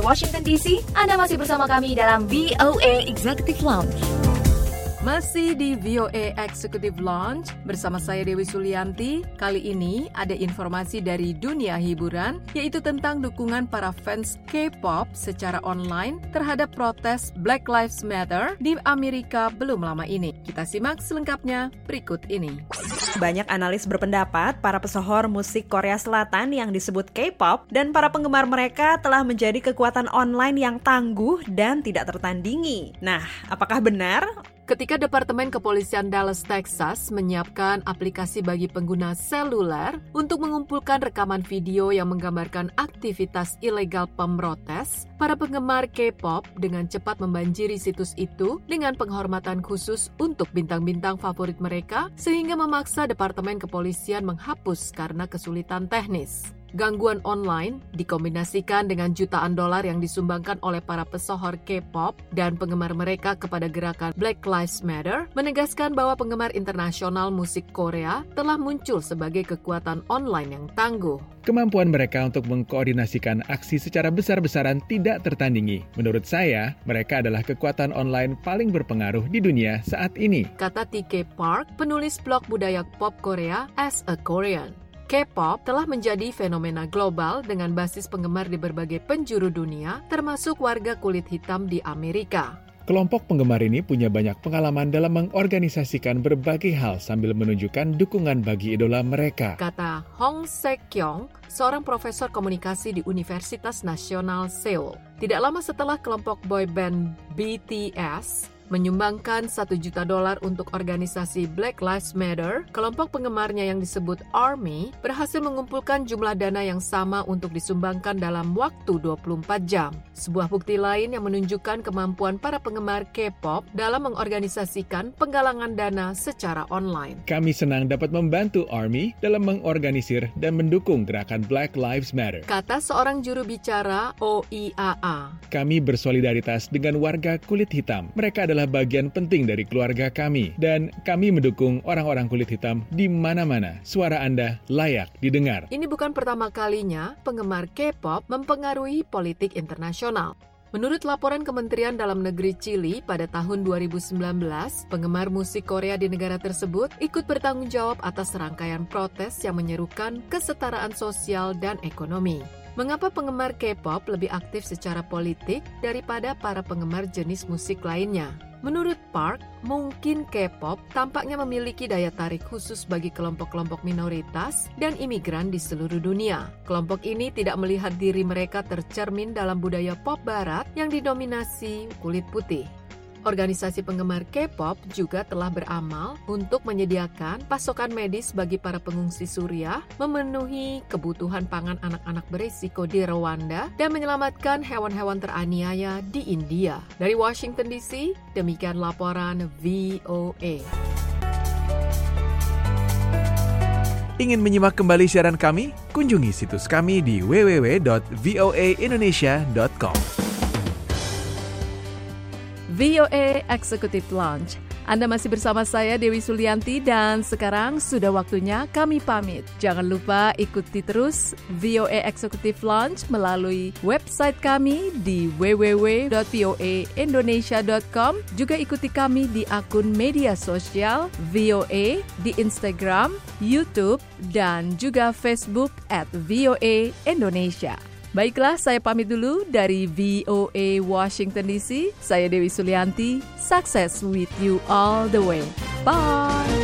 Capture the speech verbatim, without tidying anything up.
Washington D C, Anda masih bersama kami dalam V O A Executive Lounge. Masih di V O A Executive Lounge bersama saya Dewi Sulianti. Kali ini ada informasi dari dunia hiburan, yaitu tentang dukungan para fans K-pop secara online terhadap protes Black Lives Matter di Amerika belum lama ini. Kita simak selengkapnya berikut ini. Banyak analis berpendapat para pesohor musik Korea Selatan yang disebut K-pop dan para penggemar mereka telah menjadi kekuatan online yang tangguh dan tidak tertandingi. Nah, apakah benar? Ketika Departemen Kepolisian Dallas, Texas menyiapkan aplikasi bagi pengguna seluler untuk mengumpulkan rekaman video yang menggambarkan aktivitas ilegal pemrotes, para penggemar K-pop dengan cepat membanjiri situs itu dengan penghormatan khusus untuk bintang-bintang favorit mereka sehingga memaksa Departemen Kepolisian menghapus karena kesulitan teknis. Gangguan online dikombinasikan dengan jutaan dolar yang disumbangkan oleh para pesohor K-pop dan penggemar mereka kepada gerakan Black Lives Matter, menegaskan bahwa penggemar internasional musik Korea telah muncul sebagai kekuatan online yang tangguh. Kemampuan mereka untuk mengkoordinasikan aksi secara besar-besaran tidak tertandingi. Menurut saya, mereka adalah kekuatan online paling berpengaruh di dunia saat ini, kata T K Park, penulis blog budaya pop Korea As a Korean. K-pop telah menjadi fenomena global dengan basis penggemar di berbagai penjuru dunia, termasuk warga kulit hitam di Amerika. Kelompok penggemar ini punya banyak pengalaman dalam mengorganisasikan berbagai hal sambil menunjukkan dukungan bagi idola mereka, kata Hong Se-kyung, seorang profesor komunikasi di Universitas Nasional Seoul. Tidak lama setelah kelompok boyband B T S menyumbangkan satu juta dolar untuk organisasi Black Lives Matter, kelompok penggemarnya yang disebut ARMY berhasil mengumpulkan jumlah dana yang sama untuk disumbangkan dalam waktu dua puluh empat jam. Sebuah bukti lain yang menunjukkan kemampuan para penggemar K-pop dalam mengorganisasikan penggalangan dana secara online. Kami senang dapat membantu ARMY dalam mengorganisir dan mendukung gerakan Black Lives Matter, kata seorang juru bicara O I A A. Kami bersolidaritas dengan warga kulit hitam. Mereka adalah bagian penting dari keluarga kami, dan kami mendukung orang-orang kulit hitam di mana-mana. Suara Anda layak didengar. Ini bukan pertama kalinya penggemar K-pop mempengaruhi politik internasional. Menurut laporan Kementerian Dalam Negeri Chili pada tahun dua ribu sembilan belas, penggemar musik Korea di negara tersebut ikut bertanggung jawab atas rangkaian protes yang menyerukan kesetaraan sosial dan ekonomi. Mengapa penggemar K-pop lebih aktif secara politik daripada para penggemar jenis musik lainnya? Menurut Park, mungkin K-pop tampaknya memiliki daya tarik khusus bagi kelompok-kelompok minoritas dan imigran di seluruh dunia. Kelompok ini tidak melihat diri mereka tercermin dalam budaya pop barat yang didominasi kulit putih. Organisasi penggemar K-pop juga telah beramal untuk menyediakan pasokan medis bagi para pengungsi Suriah, memenuhi kebutuhan pangan anak-anak berisiko di Rwanda, dan menyelamatkan hewan-hewan teraniaya di India. Dari Washington D C, demikian laporan V O A. Ingin menyimak kembali siaran kami? Kunjungi situs kami di w w w dot v o a indonesia dot com. V O A Executive Lounge. Anda masih bersama saya Dewi Sulianti dan sekarang sudah waktunya kami pamit. Jangan lupa ikuti terus V O A Executive Lounge melalui website kami di w w w dot v o a indonesia dot com. Juga ikuti kami di akun media sosial V O A di Instagram, YouTube, dan juga Facebook at V O A Indonesia. Baiklah, saya pamit dulu dari V O A Washington D C. Saya Dewi Sulianti. Success with you all the way. Bye!